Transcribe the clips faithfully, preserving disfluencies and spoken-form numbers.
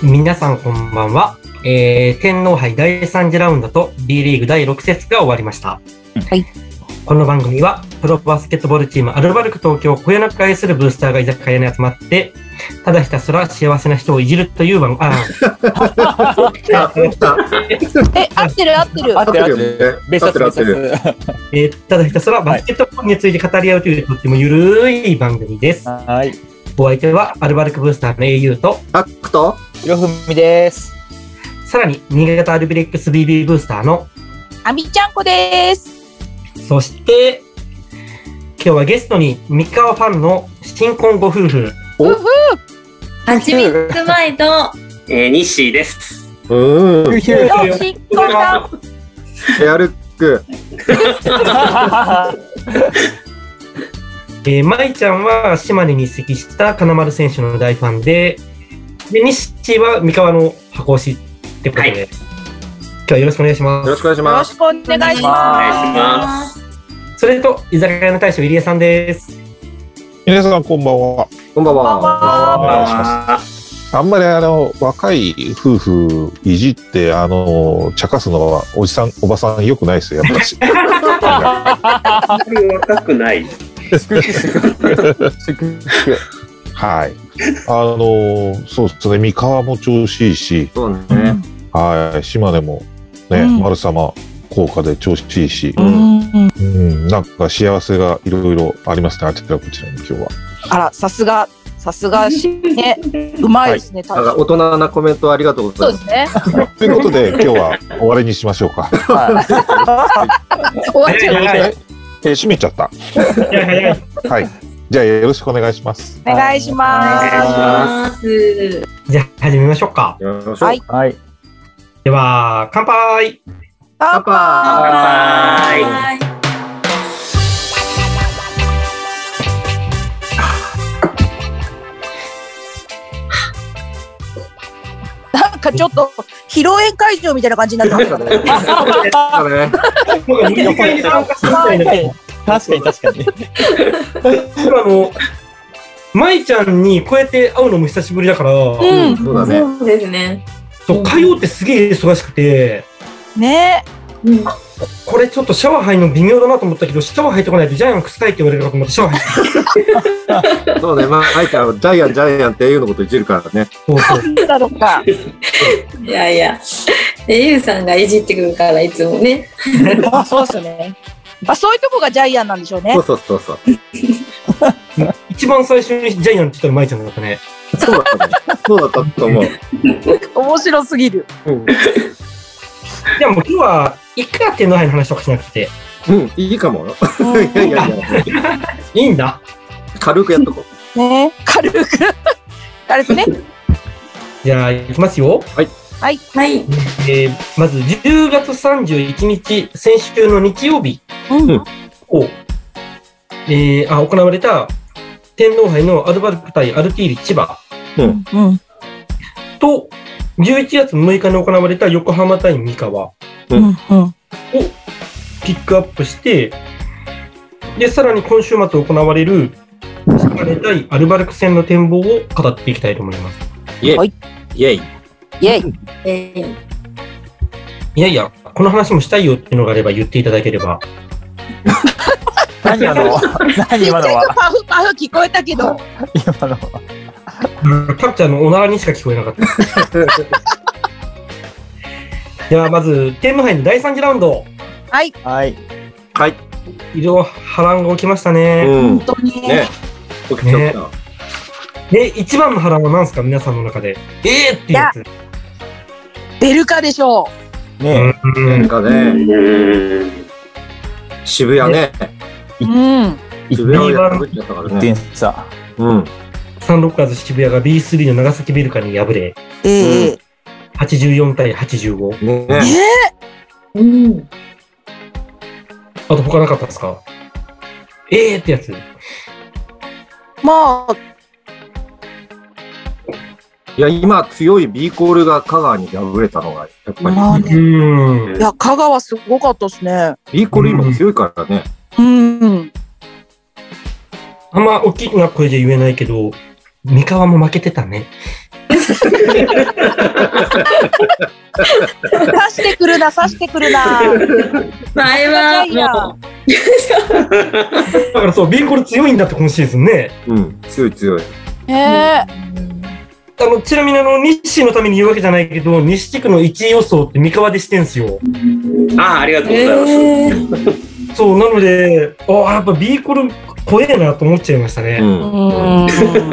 皆さんこんばんは、えー、天皇杯だいさん次ラウンドと B リーグだいろく節が終わりました。 はい。 この番組はプロバスケットボールチームアルバルク東京をこよなく愛するブースターが居酒屋に集まってただひたすら幸せな人をいじるという番あえ合ってる合ってる合ってる合ってるベストベストえー、ただひたすらバスケットボールについて語り合うというとってもゆるい番組です。 はい。 お相手はアルバルクブースターの エーユー とアックとひろふみです。 さらに新潟アルビレックス ビービー ブースターのあみちゃんこです。 そして今日はゲストに三河ファンの新婚ご夫婦おふはちみつまいと、えー、ニッシーです。 うーん新婚さんエアルックえー、まいちゃんは島根に移籍した金丸選手の大ファンで、でニッシーは三河の箱推しってことで、はい、今日はよろしくお願いします。 よろしくお願いします。 よろしくお願いします。 それと居酒屋の大将入江さんです。 皆さんこんばんは。 こんばんは。 あんまりあの若い夫婦いじってあの茶化すのはおじさんおばさんよくないですよやっぱし。 若くない。 はい。あのそうですね、三河も調子いいし、 そうね。 はい、島根もね、うん、丸様効果で調子いいし、 うん、 うん、なんか幸せがいろいろありますね。あちらこちらに今日は。 あら、さすがさすがしね、うまいですね。 はい、大人なコメントありがとうございます。 そうですね。 ということで今日は終わりにしましょうか。 はい、終わっちゃう。 えー、閉めちゃった。はい。じゃあよろしくお願いします。 お願いします。 お願いします。 じゃあ始めましょうか。 はい。 はい。 では乾杯。 乾杯。 乾杯。 なんかちょっと披露宴会場みたいな感じになってますね。 確かに確かに。 あのまいちゃんにこうやって会うのも久しぶりだから、 うん、 そうだね。 そうですね。 そう火曜ってすげえ忙しくて、 ね、 うん、 これちょっとシャワー入るの微妙だなと思ったけど、シャワー入ってこないとジャイアン臭いって言われるかと思ってシャワー入って。 そうね、まあいちゃんジャイアンジャイアンっていうのこといじるからね。 そうそう。 なんだろうか。 いやいや、ゆうさんがいじってくるからいつもね。 そうですね。あ、そういうとこがジャイアンなんでしょうね。 そうそうそうそう。 一番最初にジャイアンって言ったらまいちゃんだったね。 そうだったね。そうだったと思う。 面白すぎる。 うん。 でも今日はいっか天皇杯の話とかしなくて。 うん、いいかも。いやいやいや。 いいんだ。 軽くやっとこう。ね、軽く軽くね。 じゃあいきますよ。 はい。 はいはい。 えー、まずじゅうがつさんじゅういちにち先週の日曜日を、うん、えー、あ行われた天皇杯のアルバルク対アルティーリ千葉、 うんうん、 とじゅういちがつむいかに行われた横浜対三河をピックアップして、でさらに今週末行われる島根対アルバルク戦の展望を語っていきたいと思います。 イエイ、 はい、 イエイイエイ。 えー、 いやいや、この話もしたいよっていうのがあれば言っていただければ。 何あの何今のは。 パフパフ聞こえたけど。 今のは。 キャプチャーのおならにしか聞こえなかった。ではまず天皇杯のだいさん次ラウンド。 はいはいはい。 いろいろ波乱が起きましたね。 うん、 本当にね。起きちゃった。 ね、で一番の波乱は何ですか皆さんの中で。えーっていうやつ。 ベルカでしょう。ねえ。 なんかね。渋谷ね。 うん。 渋谷を破っちゃったからね。 いってん差。 うん。 サンロッカーズ渋谷が ビースリー の長崎ベルカに敗れ、 ええー、 はちじゅうよんたいはちじゅうご。 ねえー、 うん。 あと他なかったですか？えーってやつ。 まあ。 いや今強い B コールが香川に敗れたのがやっぱり、 まあね、うん、いや香川すごかったですね。 B コール今強いからね。 うん、うん、 あんま大きな声で言えないけど三河も負けてたね。 刺してくるな、刺してくるな。 前はもだからそう、ビーコル強いんだって今シーズンね。 うん、強い強い。 へえ。 あの、ちなみにあの、西のために言うわけじゃないけど、西地区のいちい予想って三河でしてんすよ。 ああ、ありがとうございます。 えーそう、なので、ああ、やっぱビーコル怖えなと思っちゃいましたね。 う。 うんん。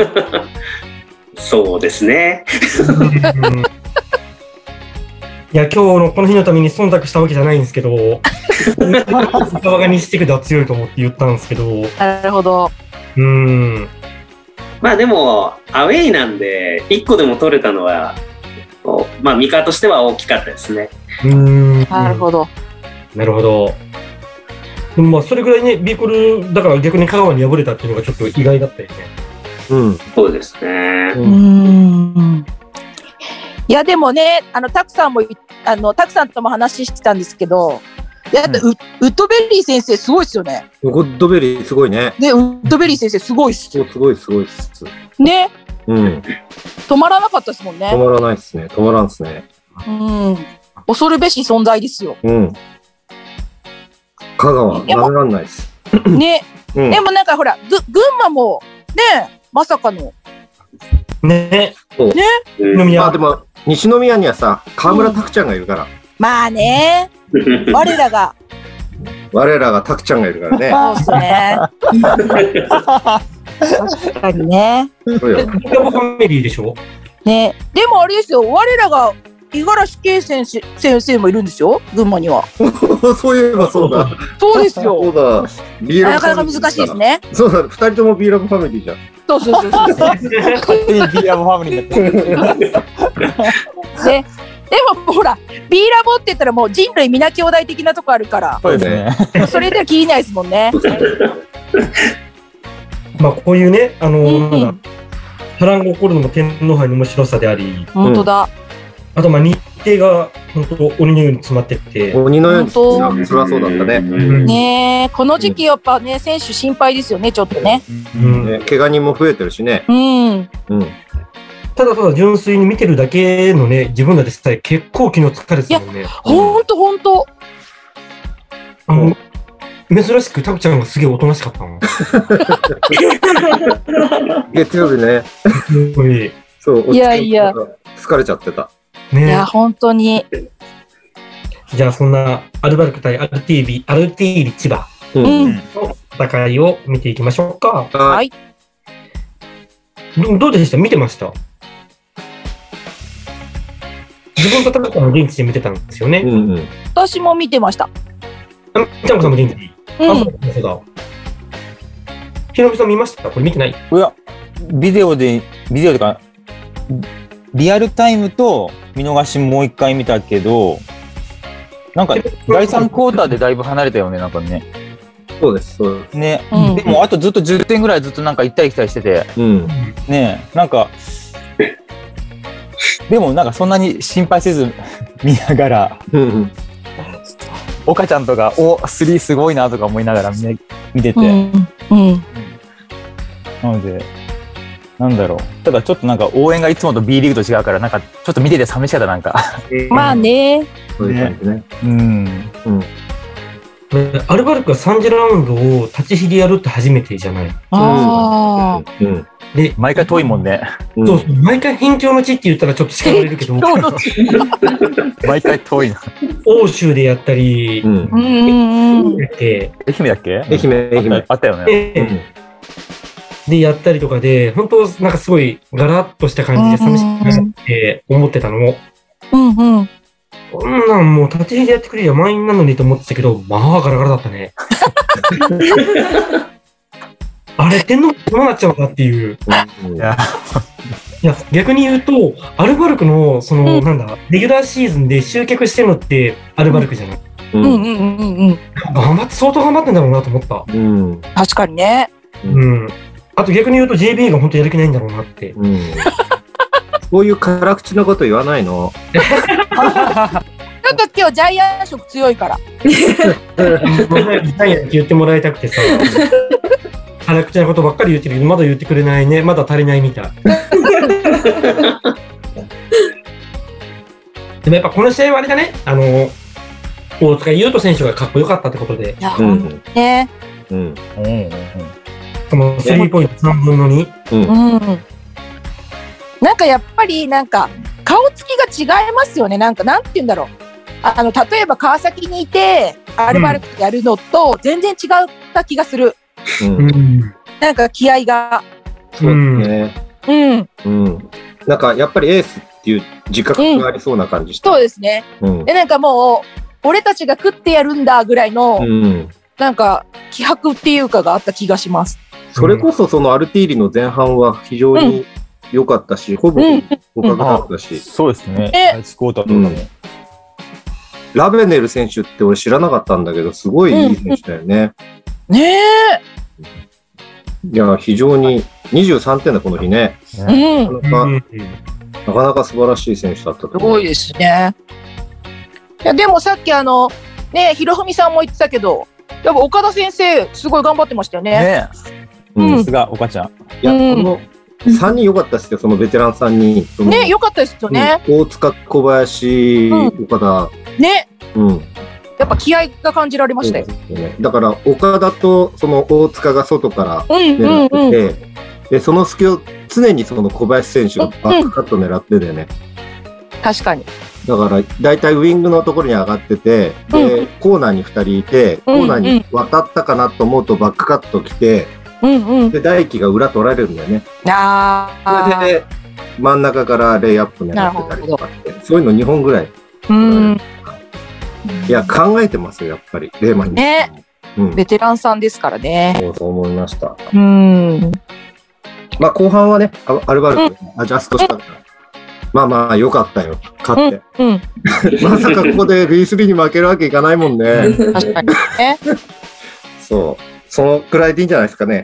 そうですね。 うんいや、今日のこの日のために忖度したわけじゃないんですけど、三河が西地区では強いと思って言ったんですけど、 なるほど。 うーん。 まあでも、アウェイなんで、いっこでも取れたのは、こうまあ、三河としては大きかったですね。 うーん。 なるほど。 なるほど。でもまあ、それぐらいね、ビーコル、だから逆に香川に敗れたっていうのがちょっと意外だったよね。 うん。 そうですね。 うーん。いやでもね、あのタクさんもあのタクさんとも話してたんですけど、いや、うん、ウ, ウッドベリー先生すごいっすよね。 ウッドベリーすごいね。 ね、ウッドベリー先生すごいっす。 すごいすごいっす。 ね。 うん。 止まらなかったですもんね。 止まらないっすね。止まらんっすね。 うん。恐るべし存在ですよ。 うん。香川、なめらんないっす。 ね。 うん、 でもなんかほら、ぐ群馬もね、まさかの。 ね。 そう。 ね。 まあでも、西宮にはさ、河村拓ちゃんがいるから。 うん、まあね。我らが。 我らが拓ちゃんがいるからね。 そうですね。確かにね。 そうよ。 ビーラボファミリーでしょ。 ね。でもあれですよ、我らが五十嵐圭先生先生もいるんですよ、群馬には。 そういえばそうだ。 そうですよ。 そうだ。 ビーラボなかなか難しいですね。 そうだ。二人ともビーラボファミリーじゃん。 そうそうそうそう。勝手にビーラボファミリーになってる。 ね。でもほら、ビーラボって言ったらもう人類皆兄弟的なとこあるから。 そうですね。 それでは切りないですもんね。 まあこういうね、あのー、 うんうん、 なんだ、波乱が起こるのも天皇杯の面白さであり、 本当だ。 あとまあ日程が本当鬼のように詰まってて、 鬼のように詰まって、そりゃそうだったね。 ねえ、この時期やっぱね、選手心配ですよね、ちょっとね。 うんね、怪我人も増えてるしね。 うん。 うん。 ただただ純粋に見てるだけのね、自分らでさえ結構昨日疲れてたもんね。 ほんとほんと。 あの、珍しくタクちゃんがすげえおとなしかったの。 月曜日ね。そう、 いやいや。 疲れちゃってた。 ね、いや、本当に。 じゃあそんなアルバルク対アルティービ、アルティーリ千葉の戦いを見ていきましょうか。 はい。 ど, どうでした？見てました？自分とタクちゃんも現地で見てたんですよね。 うんうん、 私も見てました。 あ、ちゃんこさんも現地。 うん、 あ、そうだそうだ。ひろみさん見ました？これ見てない？いや、ビデオで、ビデオでか、リアルタイムと見逃しもう一回見たけど、なんかだいさんクォーターでだいぶ離れたよね、なんかね。 そうです、そうです。 ね、 うん、 でもあとずっとじゅってんぐらいずっとなんか行ったり来たりしてて、 うん、 ねなんか、でもなんかそんなに心配せず見ながら、岡ちゃんとか、お、スリーすごいなとか思いながら見てて、 うんうん、 なので、なんだろう。ただちょっとなんか応援がいつもと B リーグと違うから、なんかちょっと見てて寂しかった、なんか。 まあね。 そういう感じね。 うん。うん。 アルバルクがさん次ラウンドを立ちひりやるって初めてじゃない。 ああ。 うん。 で、 毎回遠いもんね。 そうそう。毎回辺境の地って言ったらちょっと叱られるけど。 毎回遠いな。 欧州でやったり、 うん。うんうんうん。 愛媛だっけ？ 愛媛、愛媛。 あったよね。 でやったりとかで、本当なんかすごいガラッとした感じで寂しくなって思ってたのも。 うんうん。 こんなんもう立ち入りやってくれりゃ満員なのにと思ってたけど、まあガラガラだったね。あれ、天皇どうなっちゃうのかっていう。 いや、 いや逆に言うと、アルバルクの、その、うん、なんだ、レギュラーシーズンで集客してるのってアルバルクじゃない。 うんうんうんうんうん。 頑張って、相当頑張ってんだろうなと思った。 うん。 確かにね。 うん。あと逆に言うと ジェイビー が本当やる気ないんだろうなって。うん。 そういう辛口のこと言わないの。 なんか今日ジャイアン色強いから。 ジャイアンって言ってもらいたくてさ。辛口なことばっかり言ってるけど、まだ言ってくれないね。まだ足りないみたい。 でもやっぱこの試合はあれだね、あの、大塚優斗選手がかっこよかったってことで、 いや、 うんほんとね。 うん。 うんうんうん。 そのスリーポイントさんぶんのに。 うん。 うん。なんかやっぱりなんか顔つきが違いますよね。なんかなんて言うんだろう。あの例えば川崎にいてアルバルクやるのと全然違った気がする。 うん。 ん。 なんか気合が。 そうね。 うん。 うん。なんか、やっぱりエースっていう自覚がありそうな感じした。 そうですね。 うん。 でなんかもう俺たちが食ってやるんだぐらいの、 うん。 なんか気迫っていうかがあった気がします。 それこそそのアルティーリの前半は非常に良かったし、ほぼうん互角だったし、 そうですね。 え第一クォーターとかも。 ラベネル選手って俺知らなかったんだけど、すごいいい選手だよね。 ねいや、非常ににじゅうさんてんだ、この日ね。 え。うん。 なかなか、なかなか素晴らしい選手だったとす思う。 ごいですね。いやでもさっきあのねひろふみさんも言ってたけど、やっぱ岡田先生すごい頑張ってましたよね。 ねうんさすが、おかちゃん。 いや、 うんこのさんにん良かったですよ、そのベテランさんにん。そのね良かったですよね。 うん大塚、小林、 うん岡田。 ねうん。 やっぱ気合が感じられましたよ。 そうですねだから、岡田とその大塚が外からうんうん狙うん。 ってて、で、その隙を常にその小林選手がバックカット狙っててね。 確かに。 だから、だいたいウィングのところに上がってて、で、コーナーにふたりいて、コーナーに渡ったかなと思うとバックカット来て、 うんうん。 で、大輝が裏取られるんだよね。 ああ。 それで、真ん中からレイアップ狙ってたりとかって、そういうのにほんぐらい。 うん。 いや、考えてますよ、やっぱり、レーマンに。 ねうん。 ベテランさんですからね。 そうそう思いました。 うん。 まあ、後半はね、アアルバルク、アジャストしたから。まあまあ、良かったよ、勝って。 うん。 まさかここで ビースリー に負けるわけいかないもんね。 確かにね。 そう。そのくらいでいいんじゃないですかね。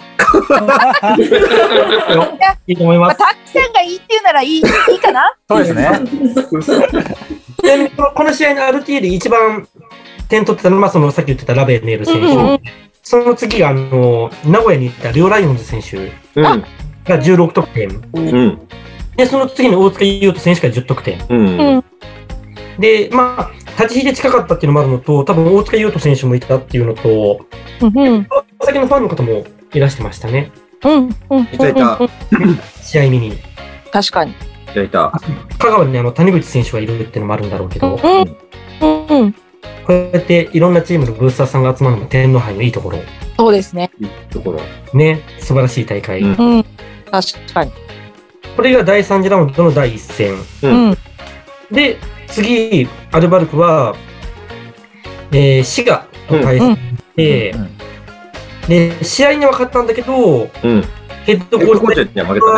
いいと思いまあ、 ます。 タッキさんがいいっていうならいい、いいかな。 そうですね。 ちなみにこのこの試合の アールティー で一番点取ってたのは、そのさっき言ってたラベネル選手。 うんうんうんその次が、あの、名古屋に行ったリオライオンズ選手うん。 がじゅうろくとくてん。 うん。 で、その次に大塚優斗選手がじゅっとくてん。 うん。 で、まあ、立ち位置近かったっていうのもあるのと、多分大塚優斗選手もいたっていうのと、 うんうん先のファンの方もいらしてましたね。 うんうん。 いたいた。 試合見に。 確かに。 いたいた。 香川にあの谷口選手がいるっていうのもあるんだろうけど、 うんうん。 こうやっていろんなチームのブースターさんが集まるのも天皇杯のいいところ。 そうですね。 いいところ。 ね、素晴らしい大会。 うんうん。確かに。 これがだいさん次ラウンドのだいいっ戦。 ううんん。 で、次、アルバルクは、えー、滋賀と対戦して、 うんで、試合には勝ったんだけど、 うん。 ヘッドヘッドココーチーチには負け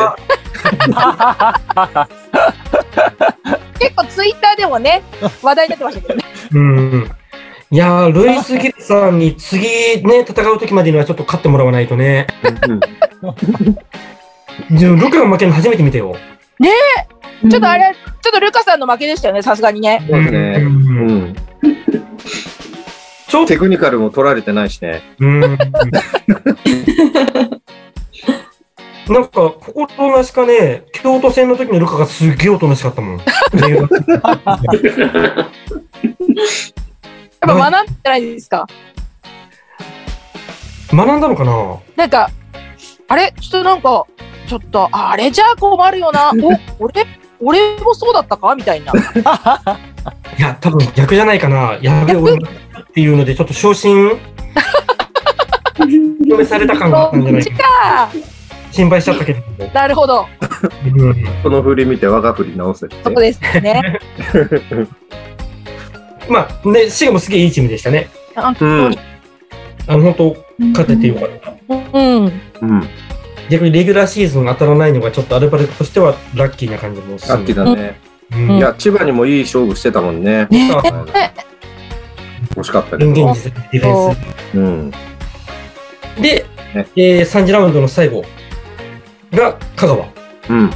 たね。 結構ツイッターでもね、話題になってましたけどね。 うん。いやー、ルイス・ギルさんに次ね、戦う時までにはちょっと勝ってもらわないとね。 うん。 じゃあルカが負けるの初めて見たよ。 ちょっとあれ、ちょっとルカさんの負けでしたよね、さすがにね。 そうですね。 ううんん。 ちょっとテクニカルも取られてないしね。 うん。なんか、心なしかね、京都戦の時のルカがすっげえおとなしかったもん。 やっぱ学んでないですか。 学んだのかな。 なんか、あれ、ちょっとなんか、ちょっと、あれじゃあ困るよな。お、俺、俺もそうだったかみたいな。 いや、多分逆じゃないかな。やべえ、俺もっていうので、ちょっと昇進、表明された感があったんじゃないそっちか。 か。 心配しちゃったけど。 なるほど。 うんこの振り見て我が振り直せって。 そうですね。 まあ、ね、シガもすげえいいチームでしたね。 本当うんに。 あの、本当勝ててよかった。 うん。 うん。 逆にレギュラーシーズン当たらないのがちょっとアルバルクとしてはラッキーな感じもする。 さっきだね。 うんいや、千葉にもいい勝負してたもんね。 ね惜しかったけど。 人間実ディフェンうん。 ス。で、 ねえー、さん次ラウンドの最後が香川。 うん。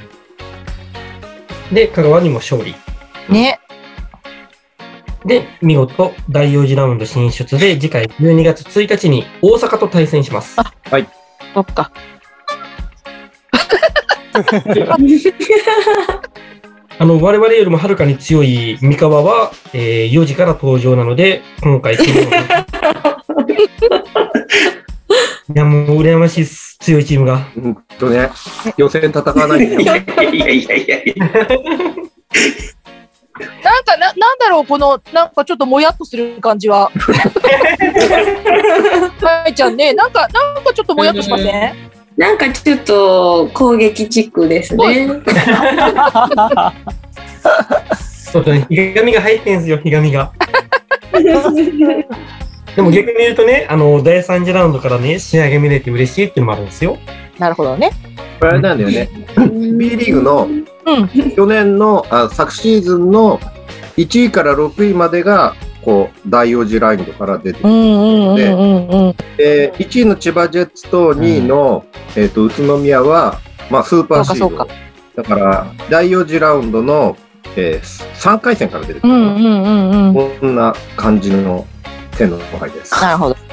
で、香川にも勝利。 ね。 で、見事、だいよん次ラウンド進出で、次回じゅうにがつついたちに大阪と対戦します。 そっか。 あの、我々よりもはるかに強い三河は、えー、よじから登場なので、今回、いや、もう羨ましいっす。強いチームが。 うんとね、予選戦わないでいやいやいやいやいやいや。 なんかな、なんだろう、この、なんかちょっともやっとする感じは。まいちゃんね、なんか、なんかちょっともやっとしません？ なんかちょっと攻撃チックですね。 そうだね、ひがみが入ってんすよ、ひがみが。でも逆に言うとね、あの、だいさん次ラウンドからね、試合が見れて嬉しいっていうのもあるんですよ。 なるほどね。 これあれなんだよね。B リーグのうん。 去年のあ昨シーズンのいちいからろくいまでがこう大王子ラインドから出てるうんうんうんうんうん。 でいちいの千葉ジェッツとにいの、えー、と宇都宮は、まあ、スーパーシードそうかだから大王子ラウンドの、えー、さんかい戦から出てくる、 うんうんうんうん。 こんな感じの天の敗です。 なるほど。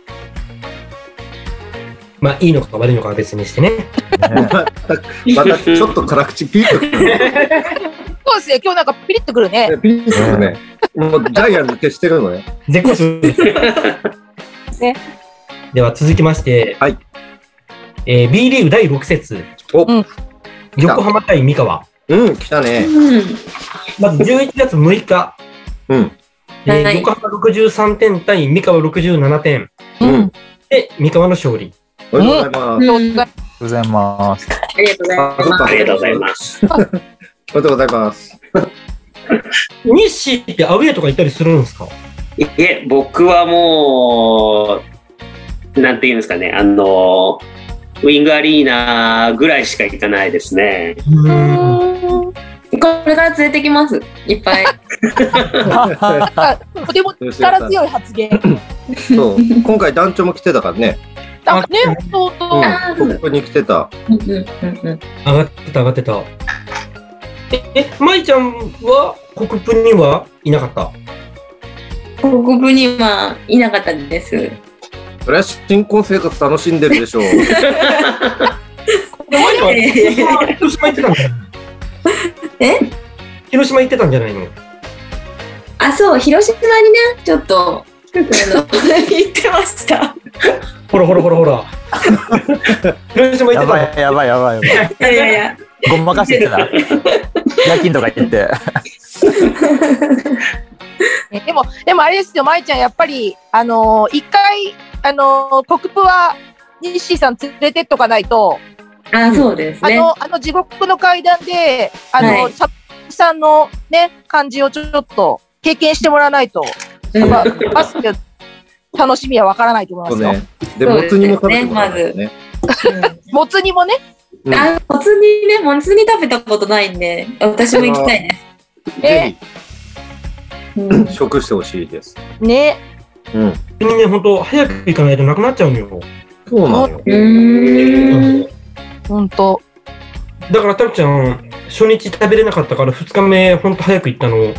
まあ、いいのか悪いのかは別にしてね。 またまたちょっと辛口ピリッとくるそうですね、今日なんかピリッとくるね。 ねピリッとくるね。もうジャイアン抜けしてるのね。 絶好調です。 ねでは続きまして、 はいえー、B リーグだいろく節、 お、 うん横浜対三河。 うん、来たね。 うん。 まずじゅういちがつむいか、 うん、 えーはい横浜ろくじゅうさんてん対三河ろくじゅうななてんうん。 で、三河の勝利。 おめでとうございます。 うんありがとうございます。 ありがとうございます。 あありがとうございます。 おめでとうございます。 日誌ってアウェーとか行ったりするんですか？ いえ、僕はもう、なんていうんですかね、あの、ウィングアリーナぐらいしか行かないですね。 うん。 これから連れてきます。いっぱい。 なんかとても力強い発言。 そう、今回団長も来てたからね。 なんかね、そうそう。 うん、ここに来てた。 うんうんうんうん。 上がってた上がってた。え、え、舞ちゃんは国プにはいなかった？ 国部にはいなかったです。 それは新婚生活楽しんでるでしょう。 舞ちゃんは広島行ってたんじゃないの？ え広島行ってたんじゃないの？ あ、そう、広島にね、ちょっと、あの行ってました。 ほらほらほらほら。広島行ってたの？ やばいやばいやばいやばい。 いやいやいや。 ごまかしてた。夜勤とか言って。 ねでも、でもあれですよ、舞ちゃん、やっぱり、あのー一回、あのー国プは、ニッシーさん連れてっとかないと、 あ、そうですね。 あの、あの地獄の階段で、あの、 はいサップさんのね、感じをちょっと経験してもらわないと、やっぱ、バスケ楽しみはわからないと思いますよ。 そうね。で、もつ煮も食べてもらわないとね。 もつ煮もね、 うんあ、もつ煮ね、もつ煮食べたことないんで、私も行きたいです。 ぜうんひ食してほしいです。 ね、 うん。 にね、本当早く行かないとなくなっちゃうのよ。 そうなのよ。 うーん。 ほんと。 だから、たくちゃん、初日食べれなかったから、ふつかめ、ほんと早く行ったの。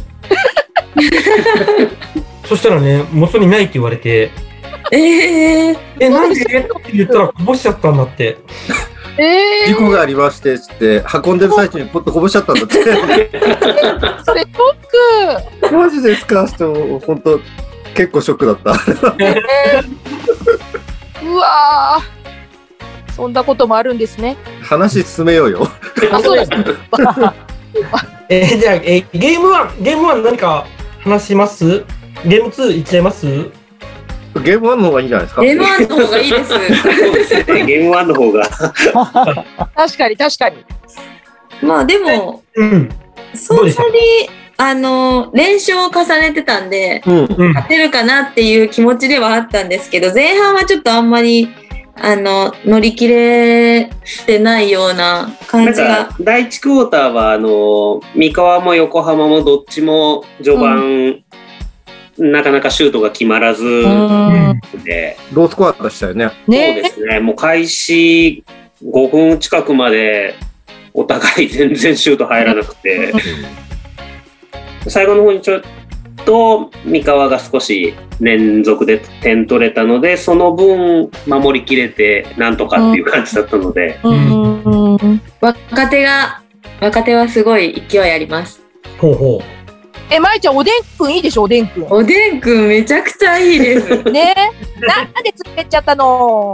そしたらね、もつ煮ないって言われて、 えええ、なんでって言ったらこぼしちゃったんだって。 え事故がありましてって運んでる最中にポッとこぼしちゃったんだって。 ー、それショッマジですか？ちょ本当結構ショックだった。 ク、えー、うわー、そんなこともあるんですね。 話進めようよ。 あ、そうです。 えーじゃあ、えーゲームワン、ゲームワン何か話します？ゲームツーいっちゃいます？ ゲームワンの方がいいんじゃないですか？ レモンの方がいいです。 そうですね、ゲームワンの方が。 確かに確かに。 まあでも、 うん。 そんなに、あの、練習を重ねてたんで、 うん。 うん。 勝てるかなっていう気持ちではあったんですけど、前半はちょっとあんまり、あの、乗り切れてないようななん感じがか。第一クォーターはあの三河も横浜もどっちも序盤、なかなかシュートが決まらずうんで、 ロースコアでしたよね。 そうねですね、もう開始ごふん近くまでお互い全然シュート入らなくて、最後の方にちょっと三河が少し連続で点取れたので、その分守りきれてなんとかっていう感じだったので、 うんうん若手が若手はすごい勢いあります。 ほうほう。 え、まいちゃん、おでんくんいいでしょ、おでんくん。 おでんくんめちゃくちゃいいです。 ねえ、なんでつけちゃったの。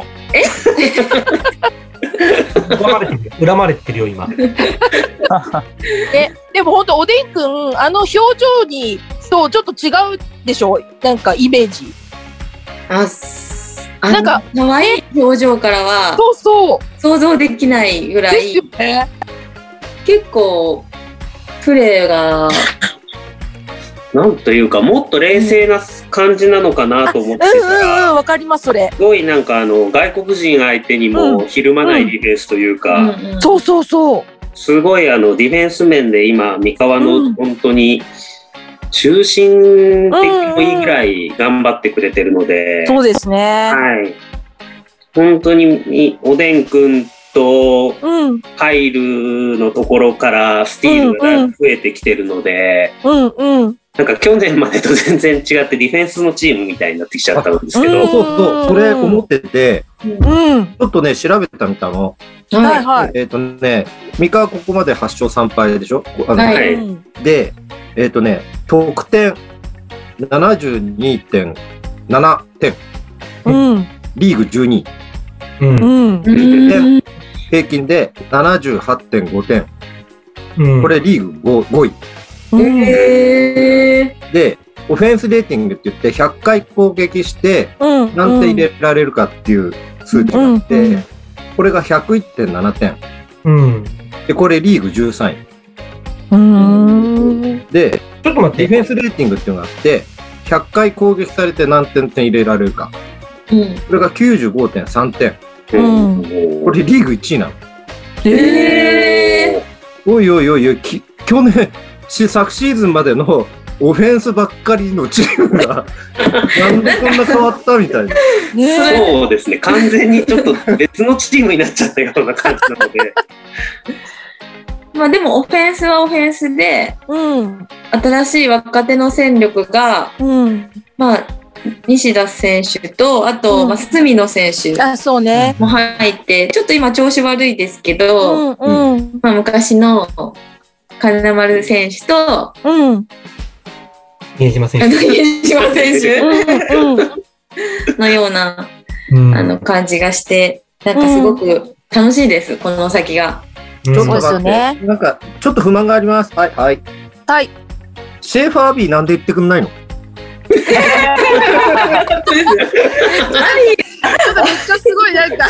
恨まれてるよ、恨まれてるよ今。 え、でも本当おでんくん、あの表情にそうちょっと違うでしょ、なんかイメージ。 あ、あなんか可愛い表情からはそうそう想像できないぐらですい、 よね。 結構プレーがなんというか、もっと冷静な感じなのかなと思ってたうんうんうん、 ら、 わかりますそれ。 すごいなんかあの外国人相手にもひるまないディフェンスというか、 うんうんそうそうそう。 すごいあのディフェンス面で今三河うのん本当に中心的もいいぐらい頑張ってくれてるので、 そうですね。 はい、本当におでんくんとうんハイルのところからスティールが増えてきてるので、 うんうん。 なんか去年までと全然違ってディフェンスのチームみたいになってきちゃったんですけうんど、 そうそう、それ思ってて、 うん。 ちょっとね、調べてみたの。 はいはい。 えっ、とね、三河ここまではち勝さん敗でしょ。あのはいはいうんで、えっ、とね、得点 ななじゅうにてんななてん、 うんリーグじゅうにい、 うんうんうん平均で ななじゅうはちてんごてん、 うん。 これリーグ ご, ごい。 うんへーで、オフェンスレーティングって言ってひゃっかい攻撃してうん。 何点入れられるかっていう数値があって、 うんうんこれが ひゃくいってんななてん。 うん。 で、これリーグじゅうさんい。 うん。 で、 ちょっと待って。 ディフェンスレーティングっていうのがあって、ひゃっかい攻撃されて何点点入れられるか。 うんこれが きゅうじゅうごてんさんてん。 うんこれリーグいちいなの。 へおいおいおいおい、き去年、し昨シーズンまでのオフェンスばっかりのチームが、なんでこんな変わったみたいな。 ねそうですね、完全にちょっと別のチームになっちゃったような感じなので、 まあでもオフェンスはオフェンスでうん新しい若手の戦力がうん。 まあ西田選手とあと、 うんまあ、隅野選手あ、そうね。 も入ってちょっと今調子悪いですけど、 うんうんまあ、昔の金丸選手とうん宮島選あの手。 家島選手うんうん。 のようなうんあの感じがしてなんかすごく楽しいです、この先が。 うんちょっとそうですよ待って、 ねなんか、ちょっと不満があります。はい、はい。 はい。 シェーファーアビーなんで言ってくんないの？ めっちゃすごいなんか。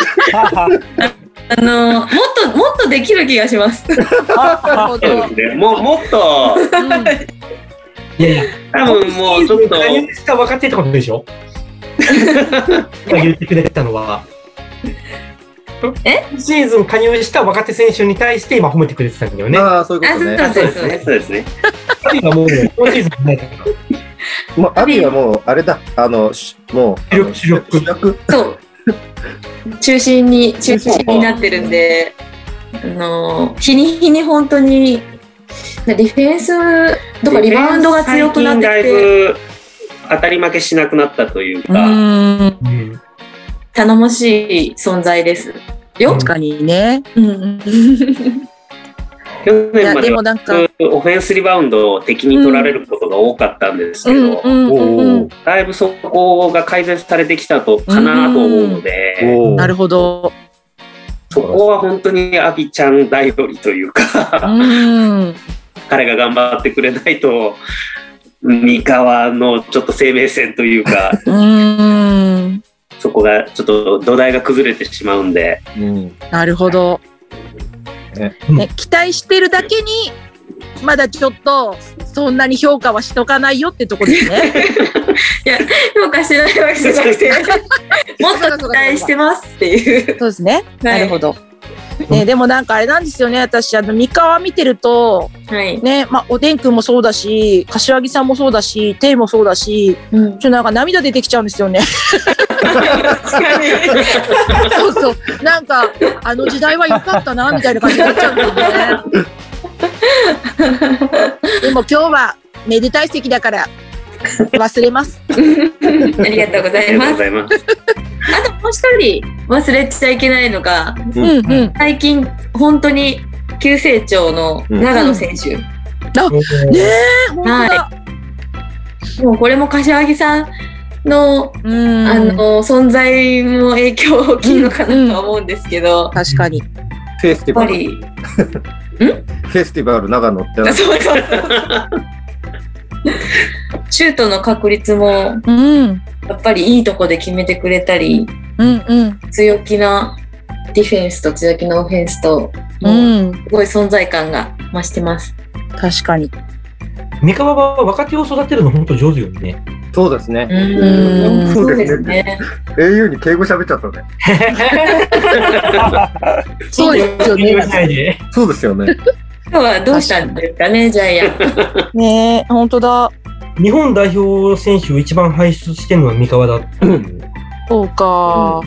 あのもっともっとできる気がします。 なるほそうど。 ですね、もうもっと、 いやいや、 多分もうちょっと、 加入した若手ってことでしょ今言ってくれたのは。 え今シーズン加入した若手選手に対して今褒めてくれてたんだよね。 ああ、そういうことね。 あそうですね、そうですね。 彼がもう今シーズンないから。 もうアビーはもう、あれだ、あの、しもう、あの主力主力。 そう中心に中心になってるんで、あの日に日に本当にディフェンスとかリバウンドが強くなってき最近だいてぶ当たり負けしなくなったというか、 うん。 うん頼もしい存在ですよ。 確かにね。うん。 去いや年まではでもなんか。 オフェンスリバウンドを敵に取られることが多かったんですけど、 うんうんうんうん。 だいぶそこが改善されてきたとかなと思うので、 おーなるほど。 そこは本当にアビちゃん頼りというか、 うん。 彼が頑張ってくれないと三河のちょっと生命線というかうん。 そこがちょっと土台が崩れてしまうんで、 うん。 なるほど。 ねね、期待してるだけにまだちょっとそんなに評価はしとかないよってとこですね。 いや評価してないわけじゃなくてもっと期待してますっていう。 そうですね。 はいなるほど。ね、でもなんかあれなんですよね。私あの三河見てるとはい。 ね、まあおでんくんもそうだし、柏木さんもそうだし、テイもそうだし、 うん、 ちょっとなんか涙出てきちゃうんですよね。 確かに。 そうそう。なんかあの時代は良かったなみたいな感じになっちゃうんですよね。でも今日はめでたい席だから忘れます。 ありがとうござありがとうごいます。 ざいます。 あともう一人忘れちゃいけないのが、 うんうん。 最近本当に急成長の長野選手。 ねえ、本当だ。 もうこれも柏木さんの、 うん、 あの存在も影響大きいのかなとは思うんですけど、 確かに。 フェスティバル。 ん？ フェスティバル長野って。 そうそう。シュートの確率も、 うん、 やっぱりいいとこで決めてくれたり、 うんうん、 強気なディフェンスと強気なオフェンスと、もうすごい存在感が増してます。 確かに。 三河は若手を育てるの本当上手よね。 そうですね。 うん、そうですね。 エーユー に敬語喋っちゃったね。 そうですよね。 そうですよね。 今日はどうしたんですかね、ジャイアン。 ねえ、本当だ。 日本代表選手を一番輩出してるのは三河だ。 そうか。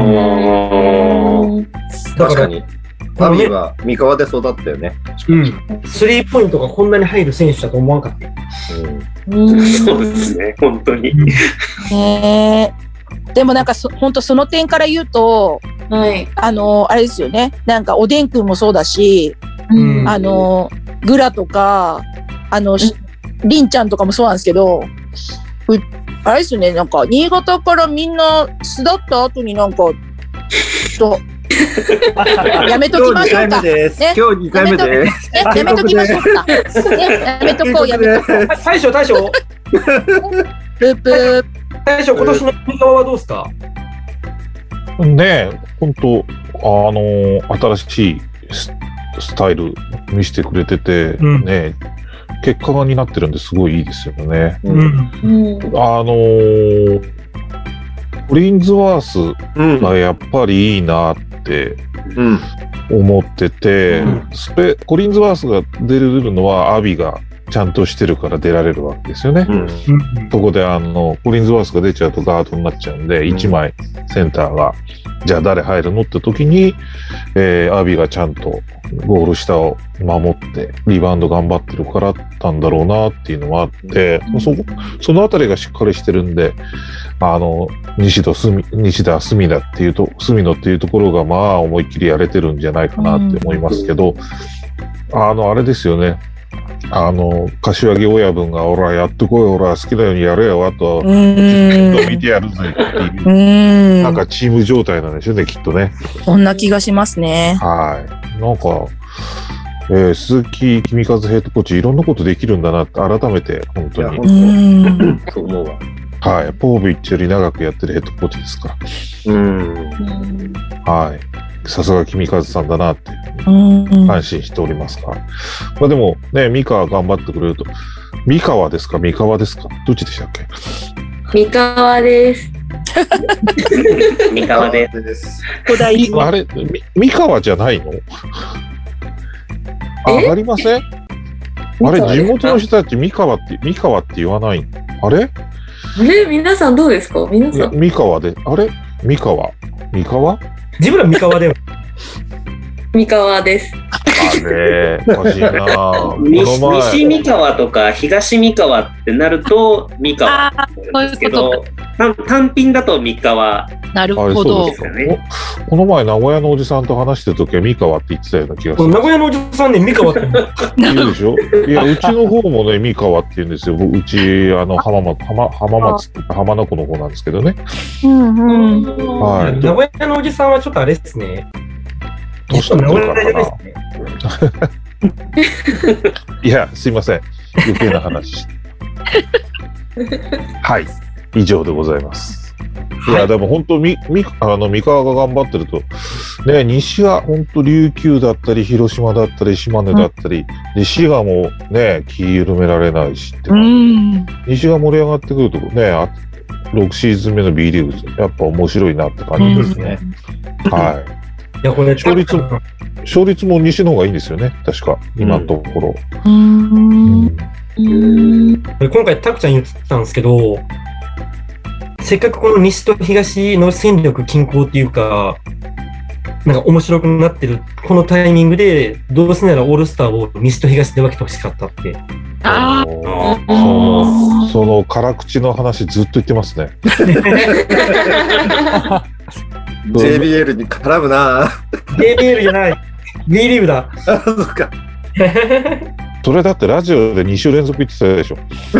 確かに。アミは三河で育ったよね。 うん。スリーポイントがこんなに入る選手だと思わなかった。 うん、そうですね、本当に。 ねえ。でもなんかそ本当その点から言うと、 はい、 あのあれですよね。なんかおでんくんもそうだし、うん、あのグラとかあの、うん、りんちゃんとかもそうなんですけど、あれですよね。なんか新潟からみんな巣立った後になんかと。やめときましょうか。ね、 今日にかいめです。 ね、やめときましょうか。ね、やめとこう、やめとこう。 大将、大将。 プープー。 大将、今年の三河はどうですか。 ねえ、本当、あのー、新しいスタイル見せてくれてて、うん、ね、結果がになってるんですごいいいですよね。うん、あのー、コリンズワースがやっぱりいいなって思ってて、うん、スペコリンズワースが出れるのはアビがちゃんとしてるから出られるわけですよね。うん、そこであのコリンズワースが出ちゃうとガードになっちゃうんで、うん、いちまいセンターがじゃあ誰入るのって時に、えー、アビがちゃんとゴール下を守ってリバウンド頑張ってるからなんだろうなっていうのはあって、うん、そ, そのあたりがしっかりしてるんで、あの西田すみ西田すみだっていうとすみのっていうところがまあ思いっきりやれてるんじゃないかなって思いますけど、うん、あのあれですよね。あの柏木親分が「おらやってこい、おら好きなようにやれよ」あと「見てやるぜ」っていうなんかチーム状態なんでしょうね、きっとね。 そんな気がしますね。 はい。なんか、えー、鈴木君和ヘッドコーチいろんなことできるんだなって改めて本当にうんそう思うわ。 はい、ポービッチより長くやってるヘッドコーチですから。うん。はい。さすが君和さんだなって安心しておりますが、まあでもね、三河頑張ってくれると、三河ですか三河ですかどっちでしたっけ？ 三河です。 三河です。 あれ三河じゃないの？上がりません？あれ地元の人たち三河って三河って言わないの？あれ？ あれ皆さんどうですか？皆さん。 三河であれ三河三河？ 自分ら三河だよ。 三河です。 あれ、おかしいな。 西, 西三河とか東三河ってなると三河なんですけど、単品だと三河。 なるほど。 ね、この前名古屋のおじさんと話してるときは三河って言ってたような気がする。 名古屋のおじさんね三河って言うでしょ。いやうちの方もね三河って言うんですよ。うちあの浜松浜浜松浜名湖の方なんですけどね。 うんうん。 はい。名古屋のおじさんはちょっとあれですね。 どうしたのかな。いやすいません余計な話。はい以上でございます。いや、はい、でも本当みみあの三河が頑張ってるとね、西は本当琉球だったり広島だったり島根だったり、うん、で滋賀もね気緩められないしって感じ、うん、西が盛り上がってくるとねあろくシーズン目の B リーグやっぱ面白いなって感じですね、うん、はい。 いやこれ勝率も勝率も西の方がいいんですよね確か今のところ、 うんうん、 今回タクちゃん言ってたんですけど、せっかくこの西と東の戦力均衡っていうかなんか面白くなってるこのタイミングでどうせならオールスターを西と東で分けてほしかったって。 あそのその辛口の話ずっと言ってますね。 ジェイビーエル に絡むな。 ジェイビーエル じゃない。 B リーグだ。 あ、そっか。 それだってラジオでに週連続言ってたでしょ。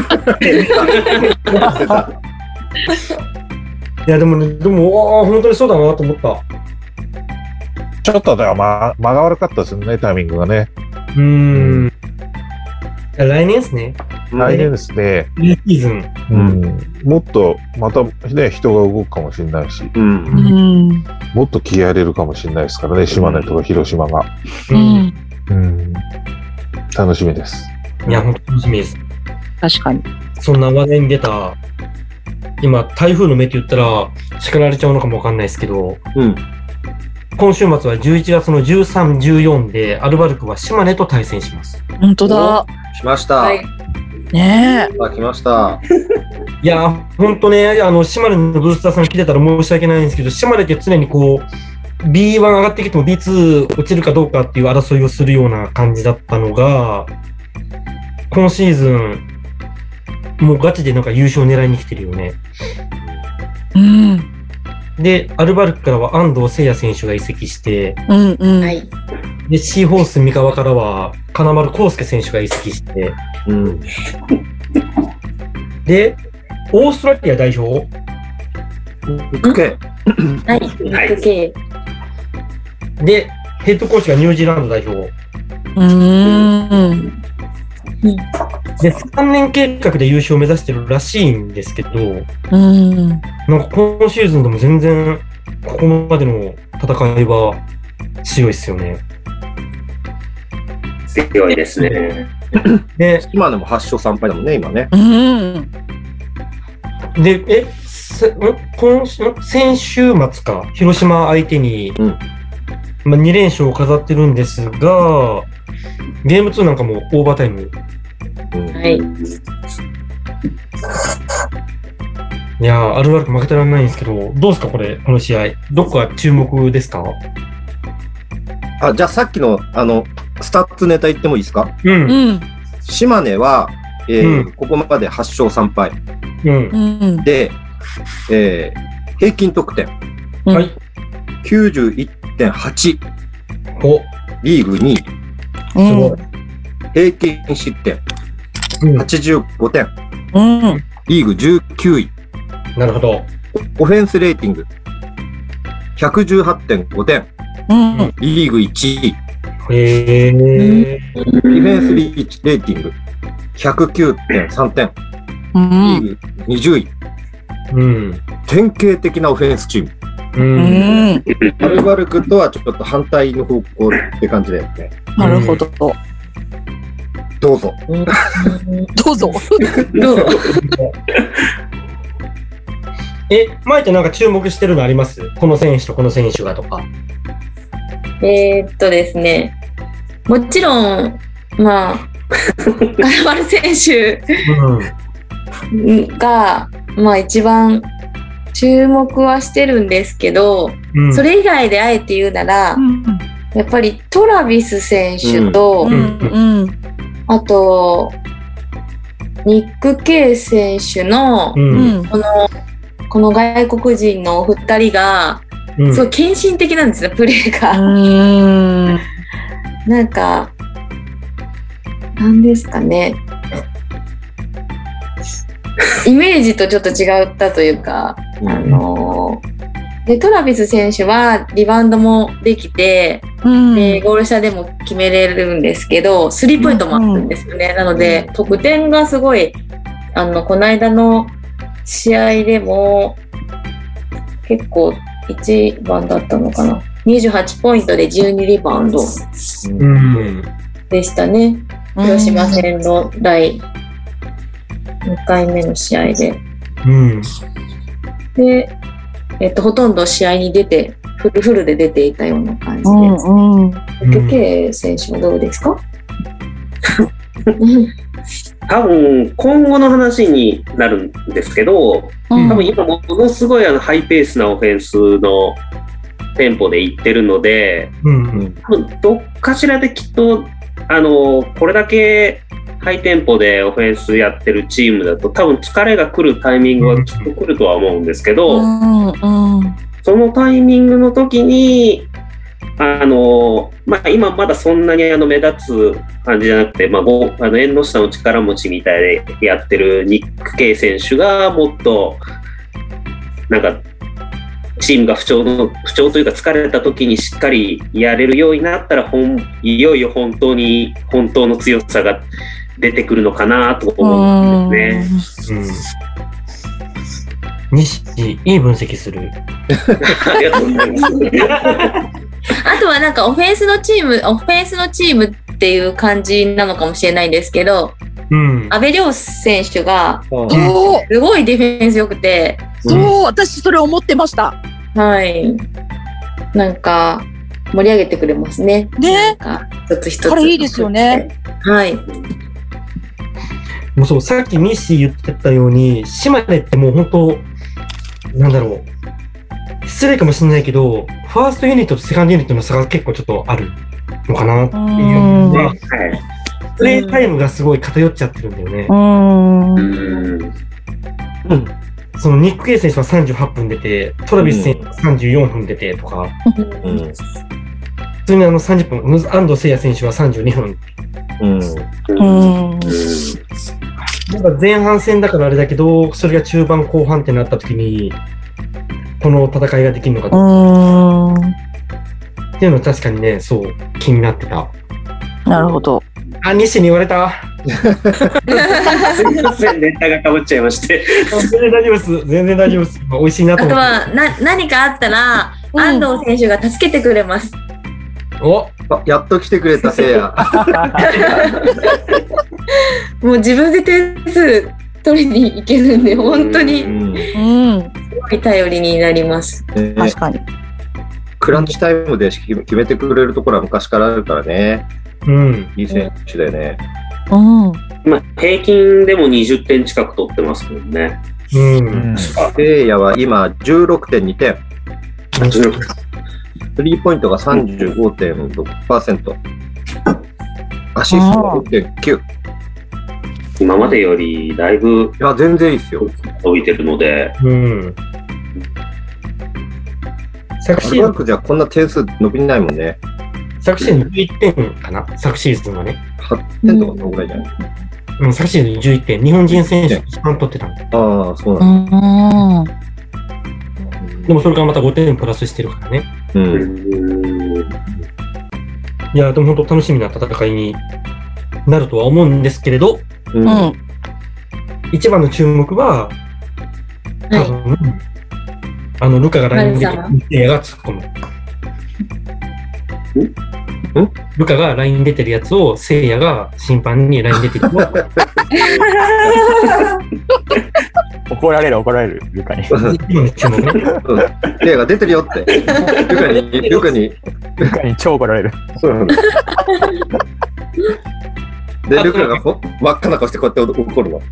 いや、でもね、でも、あ本当にそうだなと思った。 ちょっとでも、ま、間が悪かったですね、タイミングがね。 うーん。来年ですね。 来年ですね。 いいシーズン。 うん。もっと、またね、人が動くかもしれないし、 うん。 うん。 もっと気合い入れるかもしれないですからね、島根とか広島が。 うん。 うん。楽しみです。 いや、本当楽しみです。 確かに。 そんな話題に出た、今、台風の目って言ったら叱られちゃうのかもわかんないですけど、 うん。 今週末はじゅういちがつのじゅうさん、じゅうよんで、アルバルクは島根と対戦します。 本当だ。 来ました。 はい。 ねえ。 あ、来ました。 いや、ほんとね、あの、島根のブースターさん来てたら申し訳ないんですけど、島根って常にこう、ビーワン 上がってきても ビーツー 落ちるかどうかっていう争いをするような感じだったのが、今シーズン、もうガチでなんか優勝狙いに来てるよね。 うん。 で、アルバルクからは安藤聖也選手が移籍して、 うんうん。 はい。 で、シーホース三河からは金丸康介選手が移籍して、 うん。 で、オーストラリア代表、 行け。 はい。ニック系。 で、ヘッドコーチがニュージーランド代表。 うーん。 で、さんねん計画で優勝を目指してるらしいんですけど、 うん。 なんか今シーズンでも全然ここまでの戦いは強いですよね。 強いですね。 で、 今でもはち勝さん敗だもんね、今ね。 うん。 で、え、せん今週、先週末か、広島相手に、 うんまあ、に連勝を飾ってるんですが、ゲームツーなんかもオーバータイム。 はい。 いやー、アルバルク負けてらんないんですけど、どうですかこれ、この試合。どこか注目ですか？ あ、じゃあさっきの、あの、スタッツネタ言ってもいいですか？ うん。 うん。 島根は、えーうんここまではち勝さん敗。 うん。 うん。 で、えー平均得点うんはい。 きゅうじゅういってんはち、 お、 リーグにい。 すごい。 平均失点うんはちじゅうごてん、 うん。 リーグじゅうきゅうい。 なるほど。 オフェンスレーティングひゃくじゅうはってんごてん、 うん。 リーグいちい。 へー。 ディフェンスリーチレーティングひゃくきゅうてんさんてん、 うリん。 ーグにじゅうい。 うん。 典型的なオフェンスチーム。 う。 うんん。 アルバルクとはちょっと反対の方向って感じだよね。 なるほど。 どうぞ。 どうぞ。 どうぞ。 え、前ってなんか注目してるのあります？この選手とこの選手がとか。 えーっとですね。もちろん、まあ、金丸選手うん。 が、まあ一番注目はしてるんですけど、 うん。 それ以外であえて言うなら、やっぱりトラビス選手と、 うん。うん。 あと、ニック・ケイ選手の、 う。 うんん。 この、この外国人のお二人が、 うん。 すごい献身的なんですね、プレーが。 うん。 なんか、なんですかね。イメージとちょっと違ったというか、あのでトラビス選手はリバウンドもできて、 うん。 でゴール下でも決めれるんですけど、スリーポイントもあるんですよね。なので得点がすごい、あのこの間の試合でも結構いちばんだったのかな。にじゅうはちポイントでじゅうにリバウンドうん。 でしたね。広島戦の第にかいめの試合で。 うん。 で、えっと、ほとんど試合に出て、フルフルで出ていたような感じです。 うん。うん。 ケケ選手はどうですか？ 多分今後の話になるんですけど、多分今ものすごいあのハイペースなオフェンスのテンポでいってるので、 うん。 多分どっかしらできっとあのこれだけハイテンポでオフェンスやってるチームだと多分疲れが来るタイミングはきっと来るとは思うんですけど、 うん。うん。 そのタイミングの時にあのまあ、今まだそんなにあの目立つ感じじゃなくて、まあ、ごあの縁の下の力持ちみたいでやってるニック系選手がもっとなんかチームが不調の不調というか疲れた時にしっかりやれるようになったら本いよいよ本当に本当の強さが出てくるのかなと思うんですね。 うん、西いい分析する。 ありがとうございます。 あとはなんかオフェンスのチーム、オフェンスのチームっていう感じなのかもしれないんですけど、 うん、 阿部亮選手がそうすごいディフェンス良くて、 そう、私それ思ってました。 はい。なんか盛り上げてくれますね。 ね。 なんか一つ一つ。 彼いいですよね。 はい。 もうそう、さっきミッシー言ってたように、島根ってもう本当なんだろう。失礼かもしれないけど、ファーストユニットとセカンドユニットの差が結構ちょっとあるのかなっていうので、はい、プレイタイムがすごい偏っちゃってるんだよね。 うん。 うんうんそのニック・ケイ選手はさんじゅうはっぷん出て、トラビス選手はさんじゅうよんぷん出てとか、うん、普通にあのさんじゅっぷん、安藤誠也選手はさんじゅうにふん。 うんうん。 なんか前半戦だからあれだけど、それが中盤後半ってなった時に、この戦いができるのかと。 うん。 っていうのは確かにね、そう、気になってた。 なるほど。 あ、西に言われた。 すみません、ネタがかぶっちゃいまして。 全然大丈夫です。全然大丈夫です。美味しいなと思って。 あとはな何かあったら、 うん、 安藤選手が助けてくれます。 おあやっと来てくれたせいや。 もう自分で点数取りに行けるんで、本当にうん。 すごい頼りになります。 ね確かに。 クランチタイムで決めてくれるところは昔からあるからね。 うん。 いい選手だよね。 うん。 まあ、平均でもにじゅってん近く取ってますもんね。 うん。 せいやは今 じゅうろくてんにてん。スリーポイントが さんじゅうごてんろくパーセント。アシスト ろくてんきゅう。 今までよりだいぶいや、全然いいっすよ。 伸びてるので。 うん。昨シーズンアルバルクじゃこんな点数伸びないもんね。 昨シーズンじゅういってんかな昨シーズンはね。 はってんとかそのぐらいじゃない、 うん、昨シーズンじゅういってん。日本人選手一番取ってたの。 ああ、そうなんだ。 うん。 でもそれからまたごてんプラスしてるからね。 う。 うんんいや、でも本当楽しみな戦いになるとは思うんですけれど、 う。 うんん。 一番の注目は、多分、あの、ルカが ライン でせいやが突っ込む。 んルカが ライン 出てるやつを、せいやが審判に ライン 出てるのを怒られる怒られるルカに。 一番の注目ね。 せいやが出てるよって。ルカに、ルカに。 ルカに超怒られる。 うんで、ルカがほ真っ赤な顔してこうやって怒るわ。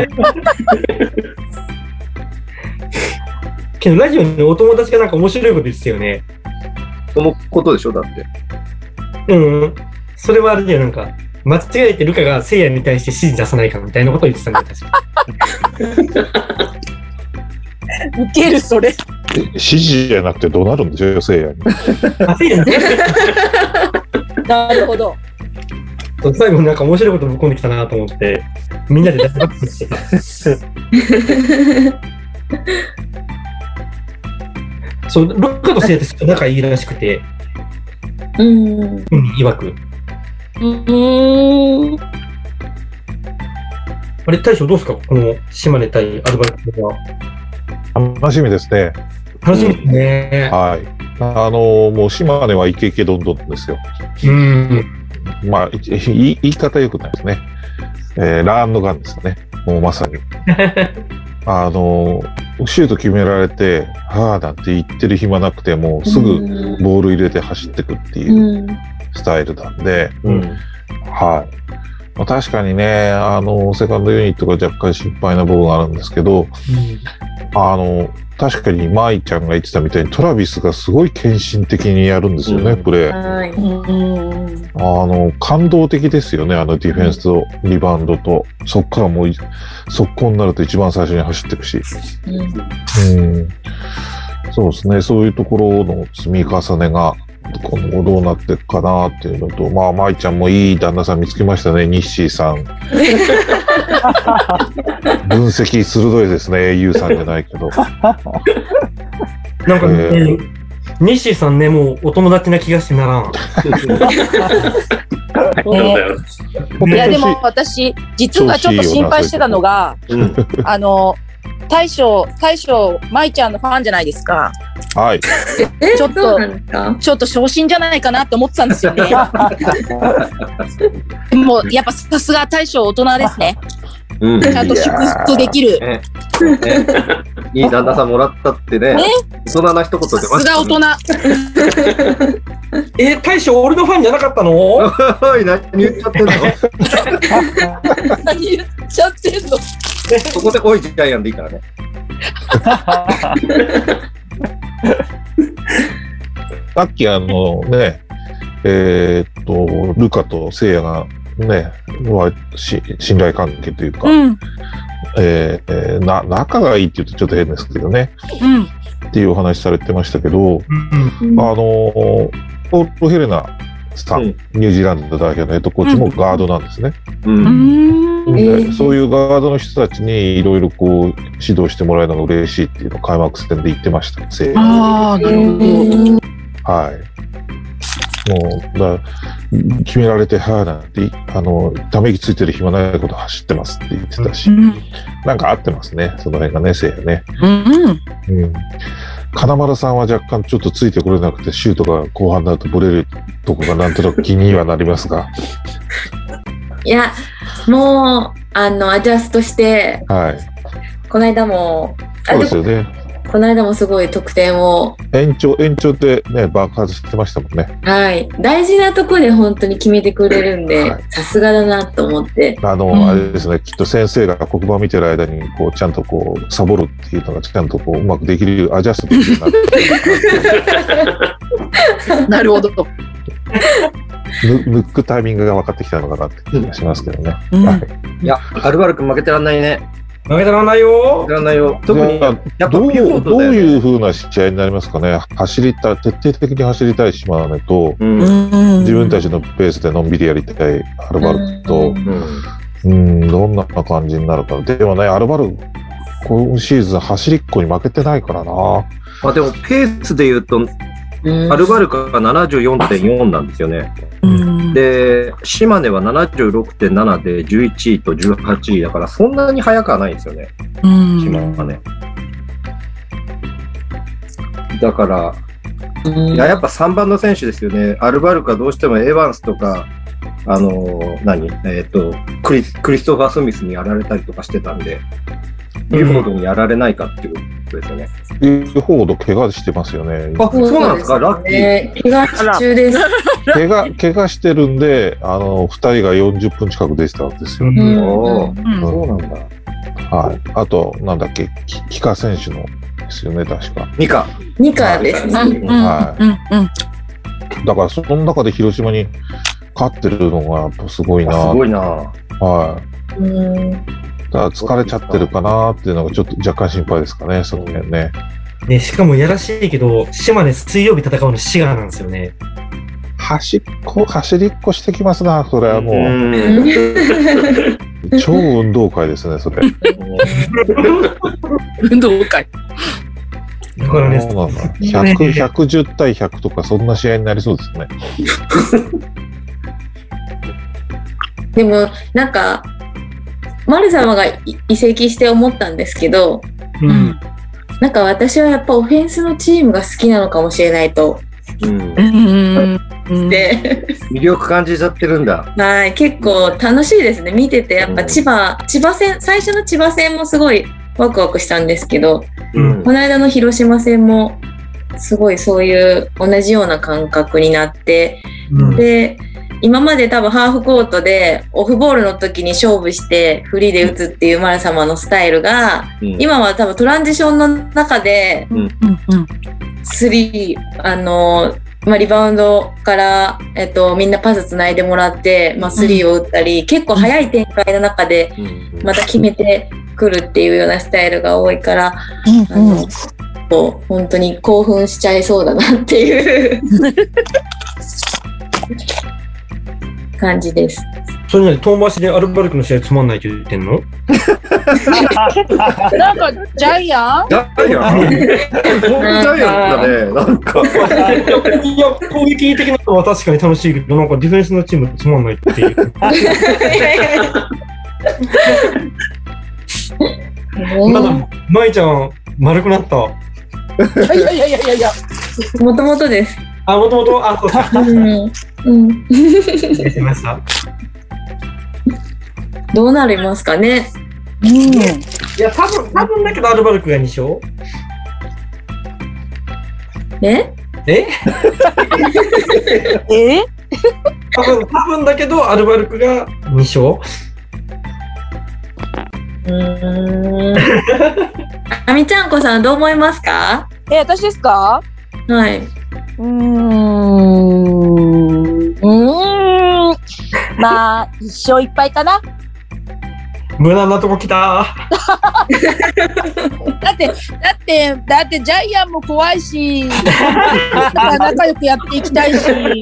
けど、ラジオにお友達がなんか面白いこと言ってたよね。 そのことでしょだって。 うん。それはあれだよ、なんか、間違えてルカがせいやに対して指示出さないかみたいなことを言ってたんだよ、確かに。 ウケる、それ。 指示じゃなくてどうなるんでしょう、せいやに。 あ、せいやになるほど。 最後になんか面白いことぶっ込んできたなと思って、みんなで大爆笑してた。そう、ルカとせいやって仲いいらしくて、 うん。 本人曰く。 うん。 あれ、大将どうですかこの島根対アルバルクは。 楽しみですね。 楽しみですね。 はい。あのもう島根はイケイケどんどんですよ。 うん。 まあ、い言い方良くないですね。えー、ランガンですよね。もうまさに。あのシュート決められて、はぁなんて言ってる暇なくて、もうすぐボール入れて走ってくっていうスタイルなんで、 うん。 はい。まあ、確かにね、あの、セカンドユニットが若干心配な部分があるんですけど、 うんあの、確かに舞ちゃんが言ってたみたいにトラビスがすごい献身的にやるんですよね、 うんプレー。 はい。 うん。 あの、感動的ですよね、あのディフェンスとリバウンドと。そっからもう、速攻になると一番最初に走っていくし。 うんうん。そうですね、そういうところの積み重ねが、 今後どうなっていくかなっていうのと、まあ、舞ちゃんもいい旦那さん見つけましたね、ニッシーさん。分析鋭いですね、エーユー さんじゃないけど。 なんか、ね、えー、ニッシーさんね、もうお友達な気がしてならん。 いやでも私実はちょっと心配してたのが、うん、あの大将大将舞ちゃんのファンじゃないですか。 はい。 ちょっとちょっと昇進じゃないかなって思ってたんですよね。もうやっぱさすが大将大人ですね。うん、ちゃんと祝福できる。 ねね、いい旦那さんもらったってね。ね、大人な一言出ましたね。 さすが大人。 え、大将俺のファンじゃなかったの？ おい、何言っちゃってんの？ 何言っちゃってんの？ そこでおいジャイアンでいいからね。 さっきあのね、えー、っとルカと聖夜がね、はし信頼関係というか、うん、えーえー、な仲がいいって言うとちょっと変ですけどね、うん、っていうお話されてましたけど、うん、あのポール・ヘレナさん、うん、ニュージーランド代表のヘッドコーチもガードなんですね。うんうん、でそういうガードの人たちにいろいろこう指導してもらえるのが嬉しいっていうのを開幕戦で言ってました。あー、なるほど。はい。もうだ決められてはぁなんてあのため息ついてる暇ないこと走ってますって言ってたし、うん、なんか合ってますね、その辺がね、せいやね。うんうんうん、金丸さんは若干ちょっとついてこれなくてシュートが後半になるとブレるとこがなんとなく気にはなりますが。 いやもうあのアジャストして、はい、この間もそうですよね。 この間もすごい得点を延長延長でね爆発してましたもんね。 はい、大事なところで本当に決めてくれるんで、さすがだなと思って。 あの、うん、あれですね、きっと先生が黒板見てる間にこうちゃんとこうサボるっていうのがちゃんとこううまくできるアジャストできるようになってなるほど。 抜くタイミングが分かってきたのかなって気がしますけどね。 うんはい、いやアルバルク負けてらんないね。 負けてらんないよ。 負けてらんないよ。特にやっぱどうどういう風な試合になりますかね。走りたい、徹底的に走りたい島根と、うん、自分たちのペースでのんびりやりたいアルバルクと、うん、うんどんな感じになるか。でもね、アルバルク今シーズン走りっこに負けてないからな。 まあでもペースで言うと、アルバルクが ななじゅうよんてんよん なんですよね。うん、で島根は ななじゅうろくてんなな でじゅういちいとじゅうはちいだからそんなに速くはないんですよね、うん、島根だから、うん、いや、やっぱさんばんの選手ですよね。アルバルクはどうしてもエヴァンスとかあのー、何、えー、とクリス、クリストファー・スミスにやられたりとかしてたんで、ビュフォードにやられないかっていうことですよね。 ビュフォード怪我してますよね。 あ、そうなんですか。ラッキー。 怪我中です。 怪我怪我してるんで、あのふたりがよんじゅっぷん近く出てたんですよ。うんうんうん、そうなんだ。 はい。あとなんだっけ、キカ選手のですよね、確か。 ニカ。 ニカですね。 はい。だからその中で広島に勝ってるのがやっぱすごいな。 すごいな。 はい。うんだから疲れちゃってるかなっていうのがちょっと若干心配ですかね、その辺ね。 ね、しかもやらしいけど、島根水曜日戦うの滋賀なんですよね。 走っこ、走りっこしてきますな、それはもう。う超運動会ですね、それ。 運動会。 だからね、 そうなんだ。ひゃく、ひゃくじゅうたいひゃくとかそんな試合になりそうですね。 でも、なんか、丸様が移籍して思ったんですけど、うん、なんか私はやっぱオフェンスのチームが好きなのかもしれないと、うん、で魅力感じちゃってるんだ。 はい、結構楽しいですね、見てて。やっぱ千葉、千葉戦、最初の千葉戦もすごいワクワクしたんですけど、うん、この間の広島戦もすごいそういう同じような感覚になって、うん、で今まで多分ハーフコートでオフボールの時に勝負してフリーで打つっていう丸様のスタイルが、うん、今は多分トランジションの中でスリー、あの、まあ、リバウンドから、えっと、みんなパスつないでもらって、まあ、スリーを打ったり、うん、結構早い展開の中でまた決めてくるっていうようなスタイルが多いから、うん、あのと本当に興奮しちゃいそうだなっていう感じです。 それなり遠回しでアルバルクの試合つまんないって言ってんの？ なんかジャイアンジャイアンジャイアンだね。なんか。 いや、攻撃的なのは確かに楽しいけど、なんかディフェンスのチームつまんないっていう。まだ、舞ちゃん、丸くなった。 いやいやいやいやいや。 もともとです。 あ、もともと、あ、そうか。 うん。うん。 失礼しました。 どうなりますかね。 うん。いや、多分、多分だけど、アルバルクがに勝。 え？ え？ え？ 多分、多分だけど、アルバルクがに勝。 うーん。あみちゃんこさんどう思いますか？ え、私ですか？ はい。 うーん。うーん。まあ、一勝いっぱいかな。 無難なとこ来た。 だって、だって、だってジャイアンも怖いし、仲良くやっていきたいし。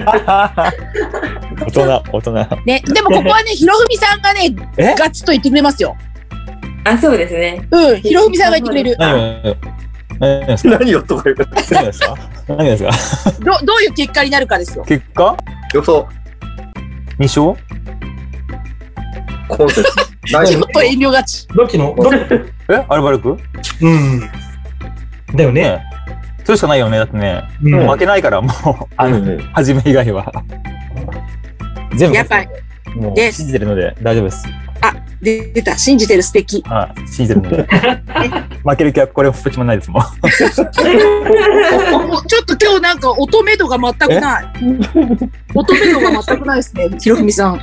大人、大人。 ね、でもここはね、ひろふみさんがね、 えガッツと言ってくれますよ。 あ、そうですね。 うん、ひろふみさんが言ってくれる。 何何ですか？ 何よとか言うか。 何ですか？何ですか？ ど、どういう結果になるかですよ。 結果予想。 に勝？ コンセプト。 ちょっと遠慮がち。 どっちの？どっち？ えアルバルク？ うん。だよね。 ねそれしかないよね。だってね、 うんもう負けないからもうあの、 うんうん初め以外は全部やっぱり、 もうで信じてるので大丈夫です。 出た、信じてる素敵。 はい、信じてるので負ける気はこれも一つもないですもん。 ちょっと今日なんか乙女度が全くない。乙女度が全くないですね、ひろふみさん。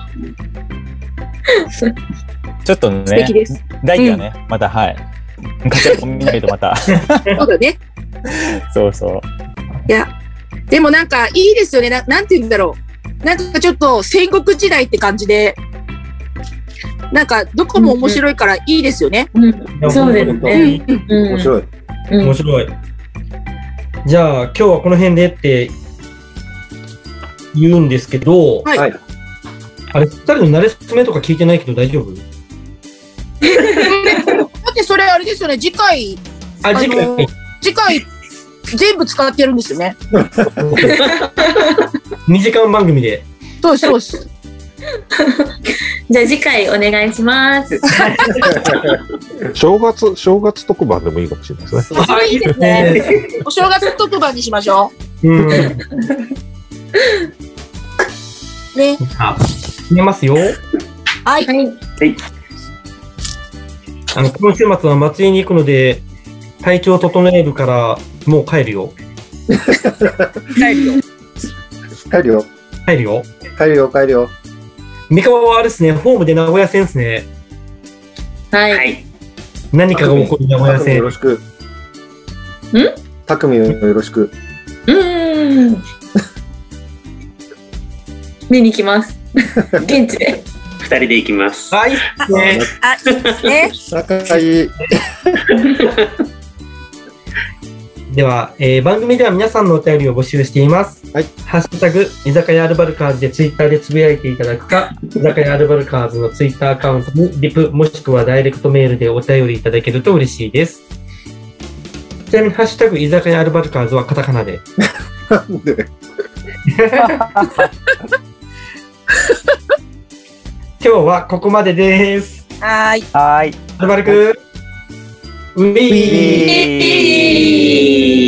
ちょっとね素敵です。 来季はね、またはい活躍を見ないとまたそうだね。 そうそう。 いや、でもなんかいいですよね。な、なんて言うんだろう。なんかちょっと戦国時代って感じで、なんかどこも面白いからいいですよね。 うん、そうですね。 面白い。 うん面白い。じゃあ、今日はこの辺でって言うんですけど、 はい。 はいあれ、ふたりの慣れ初めとか聞いてないけど大丈夫？ だってそれあれですよね。次回、 あ、次回あの。次回全部使ってやるんですよね。 にじかん番組で。 そうです、そうです。 じゃあ次回お願いします。 正月、正月特番でもいいかもしれないですね。 それいいですね。お正月特番にしましょうん。 う。ね。 あ、決めますよ。 はい。 はい。 あの、今週末は祭りに行くので、体調整えるから、もう帰るよ。 帰るよ。 帰るよ。 帰るよ。 帰るよ、帰るよ。 三河はあれですね、ホームで名古屋戦ですね。 はい。 はい。 何かが起こる名古屋戦たくみよろ。しく。 んたくみよろしく。 うーん。見に行きます。現地で。 二人で行きます。 あ、いいっすね。 あ、いいですね。 仲いい。 では、えー番組では皆さんのお便りを募集しています。 はい。 ハッシュタグ、居酒屋アルバルカーズでツイッターでつぶやいていただくか、居酒屋アルバルカーズのツイッターアカウントにリプもしくはダイレクトメールでお便りいただけると嬉しいです。ちなみに、ハッシュタグ、居酒屋アルバルカーズはカタカナで。 なんで今日はここまでです。 はーい。 はーい。 アルバルク、ウィーウィー